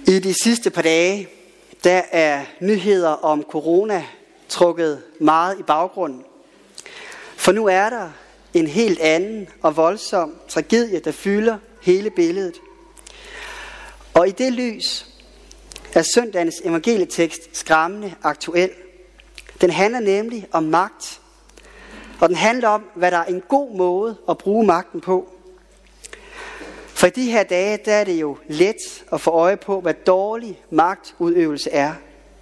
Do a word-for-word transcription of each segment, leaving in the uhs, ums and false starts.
I de sidste par dage, der er nyheder om corona trukket meget i baggrunden. For nu er der en helt anden og voldsom tragedie, der fylder hele billedet. Og i det lys er søndagens evangelietekst skræmmende aktuel. Den handler nemlig om magt, og den handler om, hvad der er en god måde at bruge magten på. For i de her dage, der er det jo let at få øje på, hvad dårlig magtudøvelse er.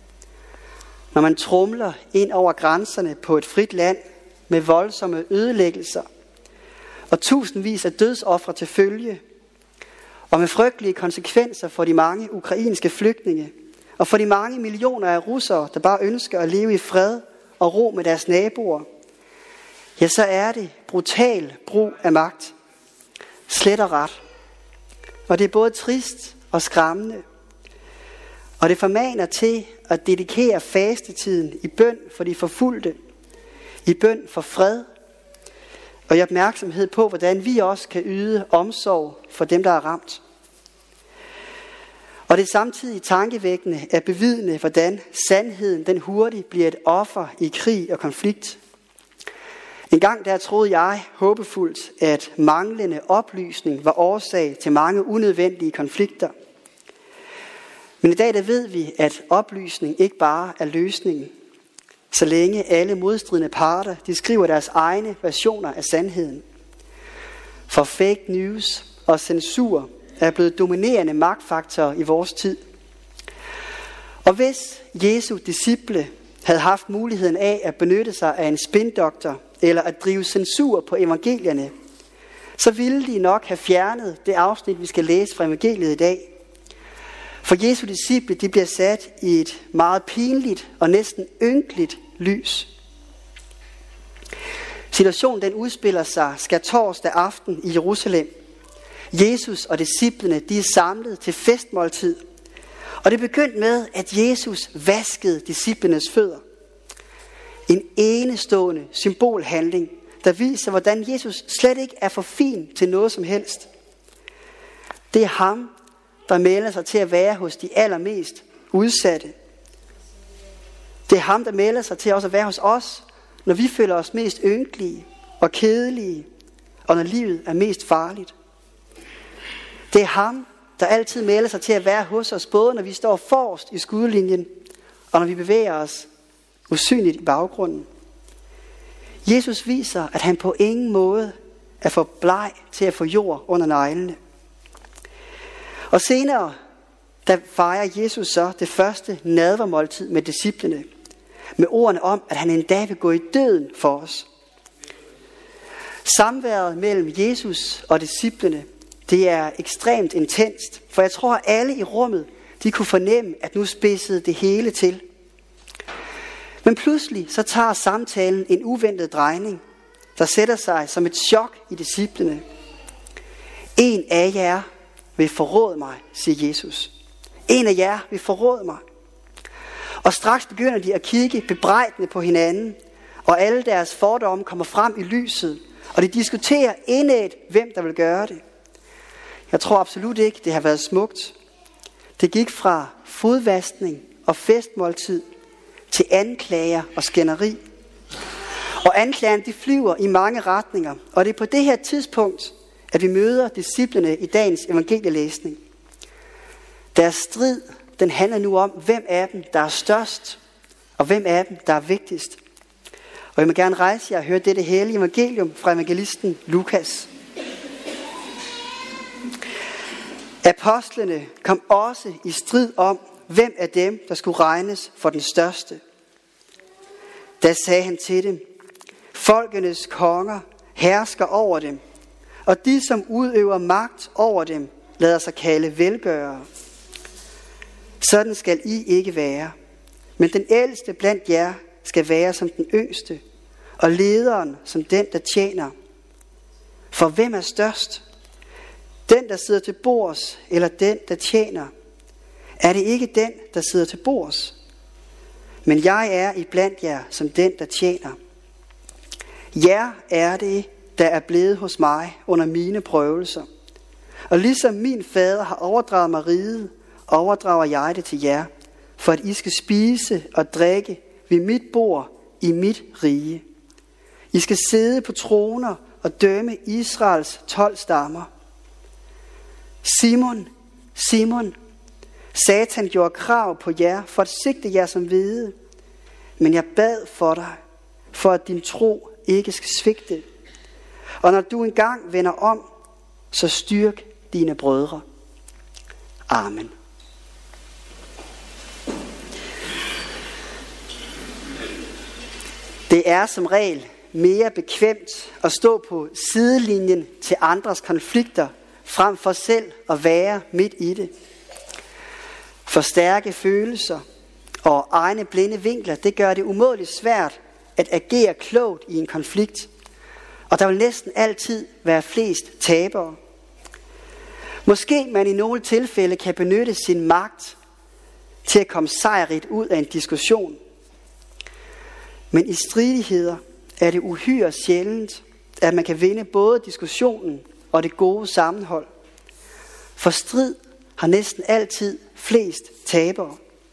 Når man tromler ind over grænserne på et frit land med voldsomme ødelæggelser og tusindvis af dødsofre til følge, og med frygtelige konsekvenser for de mange ukrainske flygtninge og for de mange millioner af russere, der bare ønsker at leve i fred og ro med deres naboer, ja, så er det brutal brug af magt. Slet og ret. Og det er både trist og skræmmende. Og det formaner til at dedikere fastetiden i bøn for de forfulgte, i bøn for fred, og i opmærksomhed på, hvordan vi også kan yde omsorg for dem, der er ramt. Og det er samtidig tankevækkende at bevidne, hvordan sandheden den hurtigt bliver et offer i krig og konflikt. En gang der troede jeg håbefuldt, at manglende oplysning var årsag til mange unødvendige konflikter. Men i dag der ved vi, at oplysning ikke bare er løsningen, så længe alle modstridende parter de skriver deres egne versioner af sandheden. For fake news og censur er blevet dominerende magtfaktorer i vores tid. Og hvis Jesu disciple havde haft muligheden af at benytte sig af en spindoktor eller at drive censur på evangelierne, så ville de nok have fjernet det afsnit, vi skal læse fra evangeliet i dag. For Jesu disciple de bliver sat i et meget pinligt og næsten ynkeligt lys. Situationen den udspiller sig skærtorsdag aften i Jerusalem. Jesus og disciplene de er samlet til festmåltid. Og det begyndte med, at Jesus vaskede disciplenes fødder. En enestående symbolhandling, der viser, hvordan Jesus slet ikke er for fin til noget som helst. Det er ham, der melder sig til at være hos de allermest udsatte. Det er ham, der melder sig til også at være hos os, når vi føler os mest ynkelige og kedelige, og når livet er mest farligt. Det er ham, der altid melder sig til at være hos os, både når vi står forrest i skudlinjen, og når vi bevæger os usynligt i baggrunden. Jesus viser, at han på ingen måde er for bleg til at få jord under neglene. Og senere, der fejrer Jesus så det første nadvermåltid med disciplene, med ordene om, at han en dag vil gå i døden for os. Samværet mellem Jesus og disciplene, det er ekstremt intenst, for jeg tror, at alle i rummet, de kunne fornemme, at nu spidsede det hele til. Men pludselig så tager samtalen en uventet drejning, der sætter sig som et chok i disciplene. En af jer vil forråde mig, siger Jesus. En af jer vil forråde mig. Og straks begynder de at kigge bebrejdende på hinanden, og alle deres fordomme kommer frem i lyset, og de diskuterer indædt, hvem der vil gøre det. Jeg tror absolut ikke, det har været smukt. Det gik fra fodvaskning og festmåltid til anklager og skænderi. Og anklagerne de flyver i mange retninger, og det er på det her tidspunkt, at vi møder disciplene i dagens evangelielæsning. Deres strid, den handler nu om, hvem af dem, der er størst, og hvem af dem, der er vigtigst. Og jeg vil gerne rejse jer og høre dette hellige evangelium fra evangelisten Lukas. Apostlene kom også i strid om, hvem af dem, der skulle regnes for den største. Da sagde han til dem, folkenes konger hersker over dem, og de, som udøver magt over dem, lader sig kalde velgørere. Sådan skal I ikke være, men den ældste blandt jer skal være som den yngste, og lederen som den, der tjener. For hvem er størst? Den, der sidder til bords, eller den, der tjener? Er det ikke den, der sidder til bords? Men jeg er iblandt jer som den, der tjener. Jer er det, der er blevet hos mig under mine prøvelser. Og ligesom min fader har overdraget mig riget, overdrager jeg det til jer, for at I skal spise og drikke ved mit bord i mit rige. I skal sidde på troner og dømme Israels tolv stammer. Simon, Simon, Satan gjorde krav på jer for at sigte jer som hvede, men jeg bad for dig, for at din tro ikke skal svigte. Og når du engang vender om, så styrk dine brødre. Amen. Det er som regel mere bekvemt at stå på sidelinjen til andres konflikter, frem for selv at være midt i det. For stærke følelser og egne blinde vinkler, det gør det umådeligt svært at agere klogt i en konflikt. Og der vil næsten altid være flest tabere. Måske man i nogle tilfælde kan benytte sin magt til at komme sejrigt ud af en diskussion. Men i stridigheder er det uhyre sjældent, at man kan vinde både diskussionen og det gode sammenhold. For strid har næsten altid flest tabere.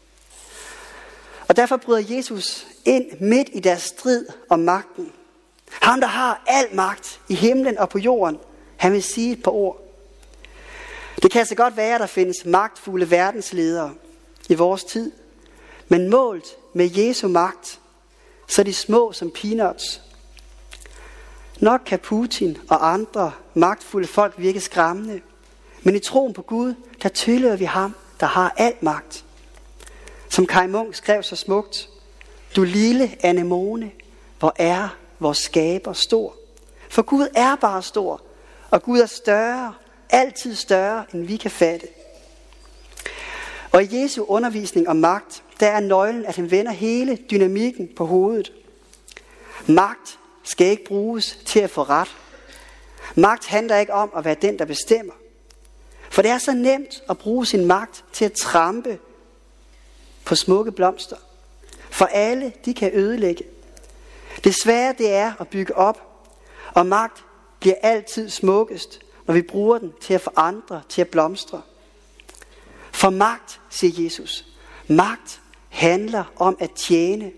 Og derfor bryder Jesus ind midt i deres strid om magten. Ham, der har al magt i himlen og på jorden, han vil sige et par ord. Det kan altså godt være, at der findes magtfulde verdensledere i vores tid. Men målt med Jesu magt, så er de små som peanuts. Nok kan Putin og andre magtfulde folk virke skræmmende. Men i troen på Gud, der tilhører vi ham, der har al magt. Som Kai Munk skrev så smukt: Du lille anemone, hvor er vores skaber stor. For Gud er bare stor, og Gud er større, altid større, end vi kan fatte. Og i Jesu undervisning om magt, der er nøglen, at han vender hele dynamikken på hovedet. Magt skal ikke bruges til at få ret. Magt handler ikke om at være den, der bestemmer. For det er så nemt at bruge sin magt til at trampe på smukke blomster. For alle, de kan ødelægge. Det svære, det er at bygge op. Og magt bliver altid smukkest, når vi bruger den til at få andre til at blomstre. For magt, siger Jesus, magt handler om at tjene.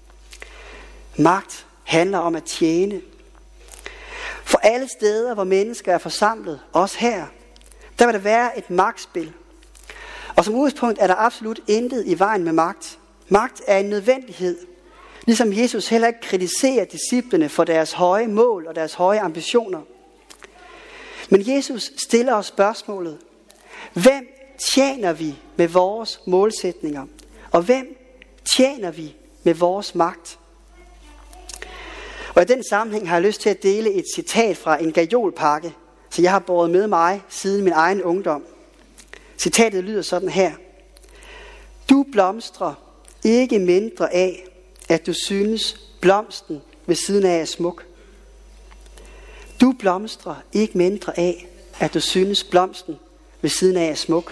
Magt handler om at tjene. For alle steder, hvor mennesker er forsamlet, også her, der vil der være et magtspil. Og som udgangspunkt er der absolut intet i vejen med magt. Magt er en nødvendighed. Ligesom Jesus heller ikke kritiserer disciplene for deres høje mål og deres høje ambitioner. Men Jesus stiller os spørgsmålet: hvem tjener vi med vores målsætninger? Og hvem tjener vi med vores magt? Og i den sammenhæng har jeg lyst til at dele et citat fra en gajolpakke, så jeg har båret med mig siden min egen ungdom. Citatet lyder sådan her: Du blomstrer ikke mindre af, at du synes blomsten ved siden af er smuk. Du blomstrer ikke mindre af, at du synes blomsten ved siden af er smuk.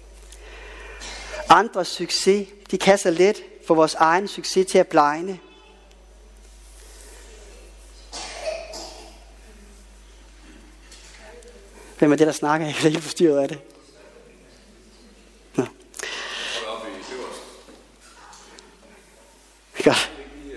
Andres succes, de kan så let få vores egen succes til at blegne. Hvem er det, der snakker? Jeg er helt forstyrret af det. Nå. Godt.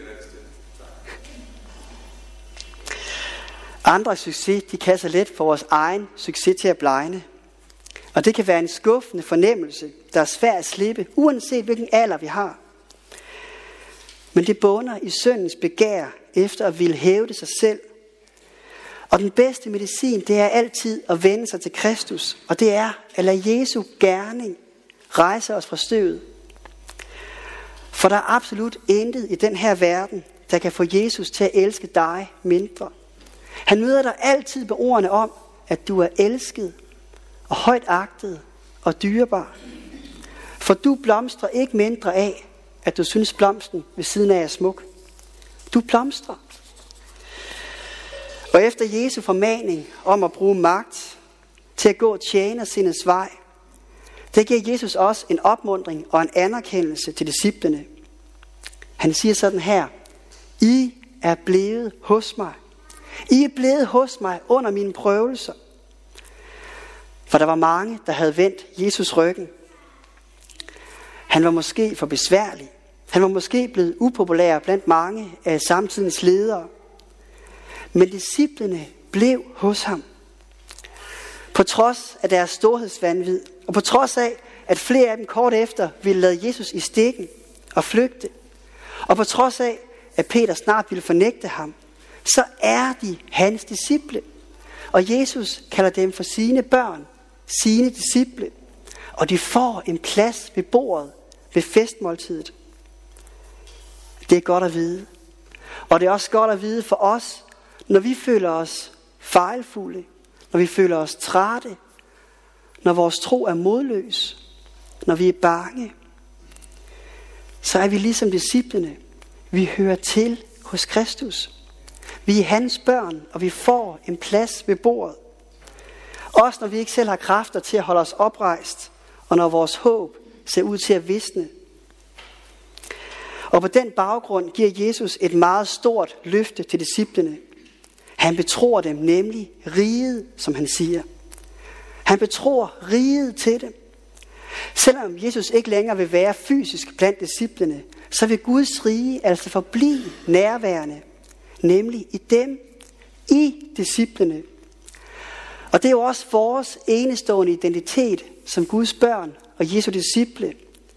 Andres succes, de kan så let få vores egen succes til at blegne. Og det kan være en skuffende fornemmelse, der er svær at slippe, uanset hvilken alder vi har. Men det bunder i syndens begær efter at ville hævde sig selv. Og den bedste medicin, det er altid at vende sig til Kristus. Og det er at lade Jesu gerning rejse os fra støvet. For der er absolut intet i den her verden, der kan få Jesus til at elske dig mindre. Han møder dig altid med ordene om, at du er elsket og højt agtet og dyrebar. For du blomstrer ikke mindre af, at du synes blomsten ved siden af er smuk. Du blomstrer. Og efter Jesu formaning om at bruge magt til at gå tjenersindets vej, der giver Jesus også en opmuntring og en anerkendelse til disciplene. Han siger sådan her: I er blevet hos mig. I er blevet hos mig under mine prøvelser. For der var mange, der havde vendt Jesus ryggen. Han var måske for besværlig. Han var måske blevet upopulær blandt mange af samtidens ledere. Men disciplene blev hos ham. På trods af deres storhedsvanvid, og på trods af, at flere af dem kort efter ville lade Jesus i stikken og flygte, og på trods af, at Peter snart ville fornægte ham, så er de hans disciple. Og Jesus kalder dem for sine børn, sine disciple. Og de får en plads ved bordet, ved festmåltidet. Det er godt at vide. Og det er også godt at vide for os, når vi føler os fejlfulde, når vi føler os trætte, når vores tro er modløs, når vi er bange, så er vi ligesom disciplene. Vi hører til hos Kristus. Vi er hans børn, og vi får en plads ved bordet. Også når vi ikke selv har kræfter til at holde os oprejst, og når vores håb ser ud til at visne. Og på den baggrund giver Jesus et meget stort løfte til disciplene. Han betror dem nemlig riget, som han siger. Han betror riget til dem. Selvom Jesus ikke længere vil være fysisk blandt disciplene, så vil Guds rige altså forblive nærværende, nemlig i dem, i disciplene. Og det er jo også vores enestående identitet som Guds børn og Jesu disciple,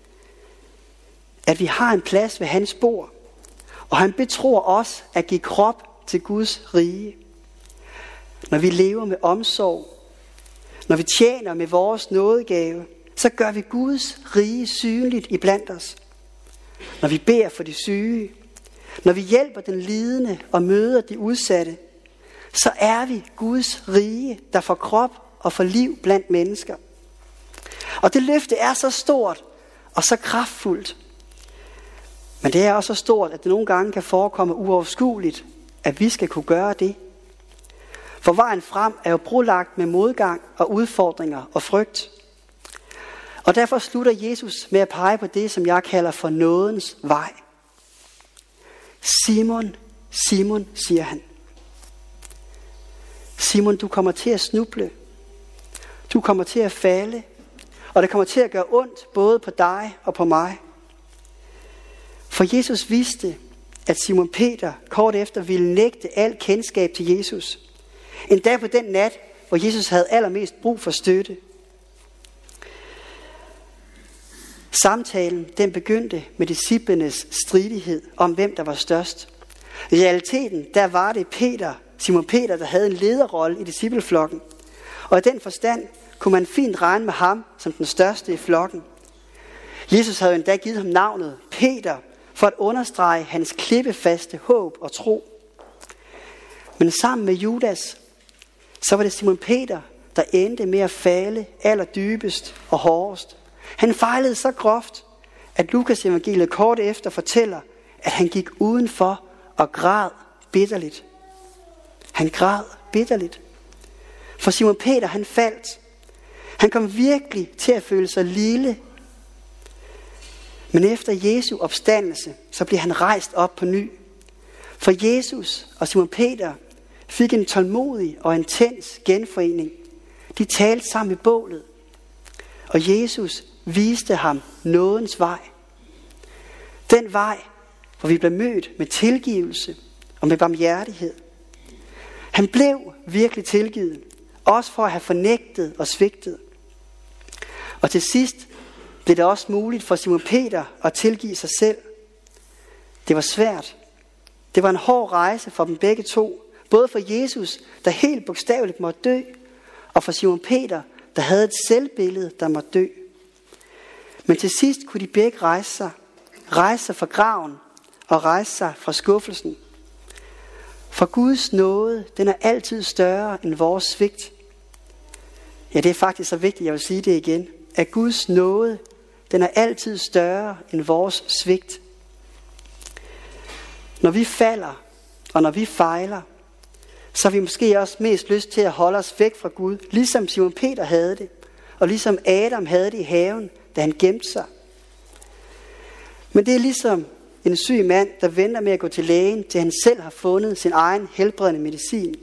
at vi har en plads ved hans bord, og han betror os at give krop til Guds rige. Når vi lever med omsorg, når vi tjener med vores nådegave, så gør vi Guds rige synligt iblandt os. Når vi beder for de syge, når vi hjælper den lidende og møder de udsatte, så er vi Guds rige, der får krop og får liv blandt mennesker. Og det løfte er så stort og så kraftfuldt. Men det er også så stort, at det nogle gange kan forekomme uoverskueligt, at vi skal kunne gøre det. For vejen frem er jo brolagt med modgang og udfordringer og frygt. Og derfor slutter Jesus med at pege på det, som jeg kalder for nådens vej. Simon, Simon, siger han. Simon, du kommer til at snuble. Du kommer til at falde. Og det kommer til at gøre ondt både på dig og på mig. For Jesus vidste, at Simon Peter kort efter ville nægte al kendskab til Jesus. Endda på den nat, hvor Jesus havde allermest brug for støtte. Samtalen, den begyndte med disciplenes stridighed om, hvem der var størst. I realiteten, der var det Peter, Simon Peter, der havde en lederrolle i discipleflokken. Og i den forstand kunne man fint regne med ham som den største i flokken. Jesus havde endda givet ham navnet Peter, for at understrege hans klippefaste håb og tro. Men sammen med Judas, så var det Simon Peter, der endte med at falde allerdybest og hårdest. Han fejlede så groft, at Lukas evangeliet kort efter fortæller, at han gik udenfor og græd bitterligt. Han græd bitterligt. For Simon Peter, han faldt. Han kom virkelig til at føle sig lille. Men efter Jesu opstandelse, så blev han rejst op på ny. For Jesus og Simon Peter fik en tålmodig og intens genforening. De talte sammen i bålet. Og Jesus viste ham nådens vej. Den vej, hvor vi blev mødt med tilgivelse og med barmhjertighed. Han blev virkelig tilgivet, også for at have fornægtet og svigtet. Og til sidst blev det også muligt for Simon Peter at tilgive sig selv. Det var svært. Det var en hård rejse for dem begge to. Både for Jesus, der helt bogstaveligt måtte dø, og for Simon Peter, der havde et selvbillede, der måtte dø. Men til sidst kunne de begge rejse sig. Rejse sig fra graven og rejse sig fra skuffelsen. For Guds nåde, den er altid større end vores svigt. Ja, det er faktisk så vigtigt, jeg vil sige det igen. At Guds nåde, den er altid større end vores svigt. Når vi falder, og når vi fejler, så har vi måske også mest lyst til at holde os væk fra Gud, ligesom Simon Peter havde det, og ligesom Adam havde det i haven, da han gemte sig. Men det er ligesom en syg mand, der venter med at gå til lægen, til han selv har fundet sin egen helbredende medicin.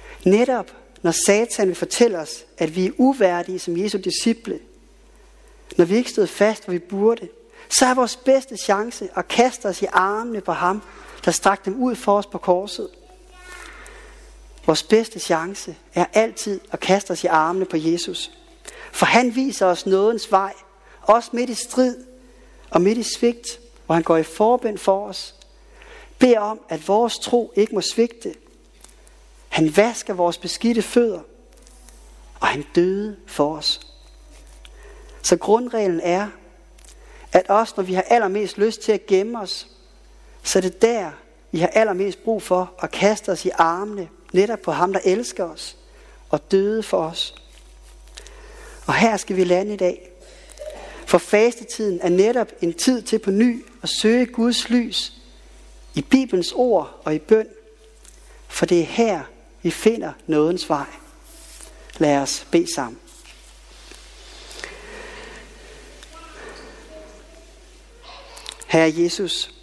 Netop når Satan vil fortælle os, at vi er uværdige som Jesu disciple, når vi ikke stod fast, hvor vi burde, så er vores bedste chance at kaste os i armene på ham, der strakte dem ud for os på korset. Vores bedste chance er altid at kaste os i armene på Jesus. For han viser os nådens vej, også midt i strid og midt i svigt, hvor han går i forbøn for os. Beder om, at vores tro ikke må svigte. Han vasker vores beskidte fødder, og han døde for os. Så grundreglen er, at også når vi har allermest lyst til at gemme os, så er det der, vi har allermest brug for at kaste os i armene, netop på ham, der elsker os og døde for os. Og her skal vi lande i dag. For fastetiden er netop en tid til på ny at søge Guds lys i Bibelens ord og i bøn. For det er her, vi finder nådens vej. Lad os bede sammen. Herre Jesus,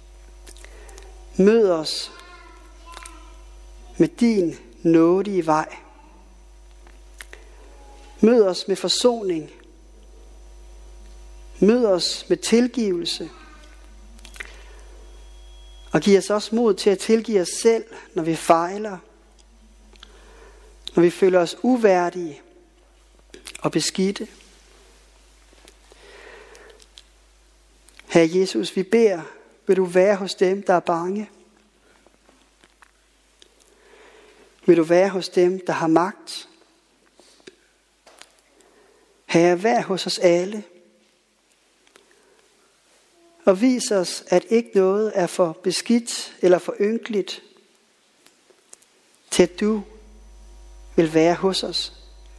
mød os med din nådige vej. Mød os med forsoning. Mød os med tilgivelse. Og giv os også mod til at tilgive os selv, når vi fejler. Når vi føler os uværdige og beskidte. Herre Jesus, vi beder, vil du være hos dem, der er bange. Vil du være hos dem, der har magt. Herre, vær hos os alle. Og vis os, at ikke noget er for beskidt eller for ynkeligt, til at du vil være hos os.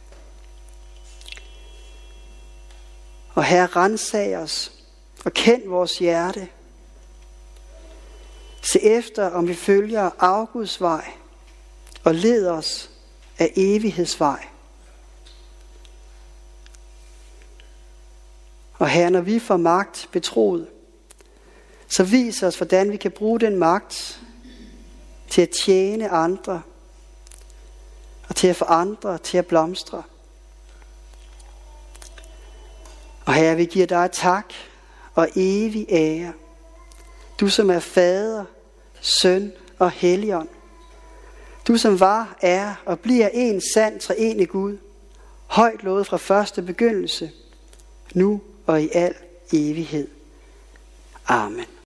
Og Herre, ransag os og kend vores hjerte. Se efter, om vi følger afguds vej og led os af evighedsvej. Og Herre, når vi får magt betroet, så vis os, hvordan vi kan bruge den magt til at tjene andre og til at få andre til at blomstre. Og Herre, vi giver dig tak og evig ære. Du som er Fader, Søn og Helligånd. Du som var, er og bliver en sand treenig Gud, højt lovet fra første begyndelse, nu og i al evighed. Amen.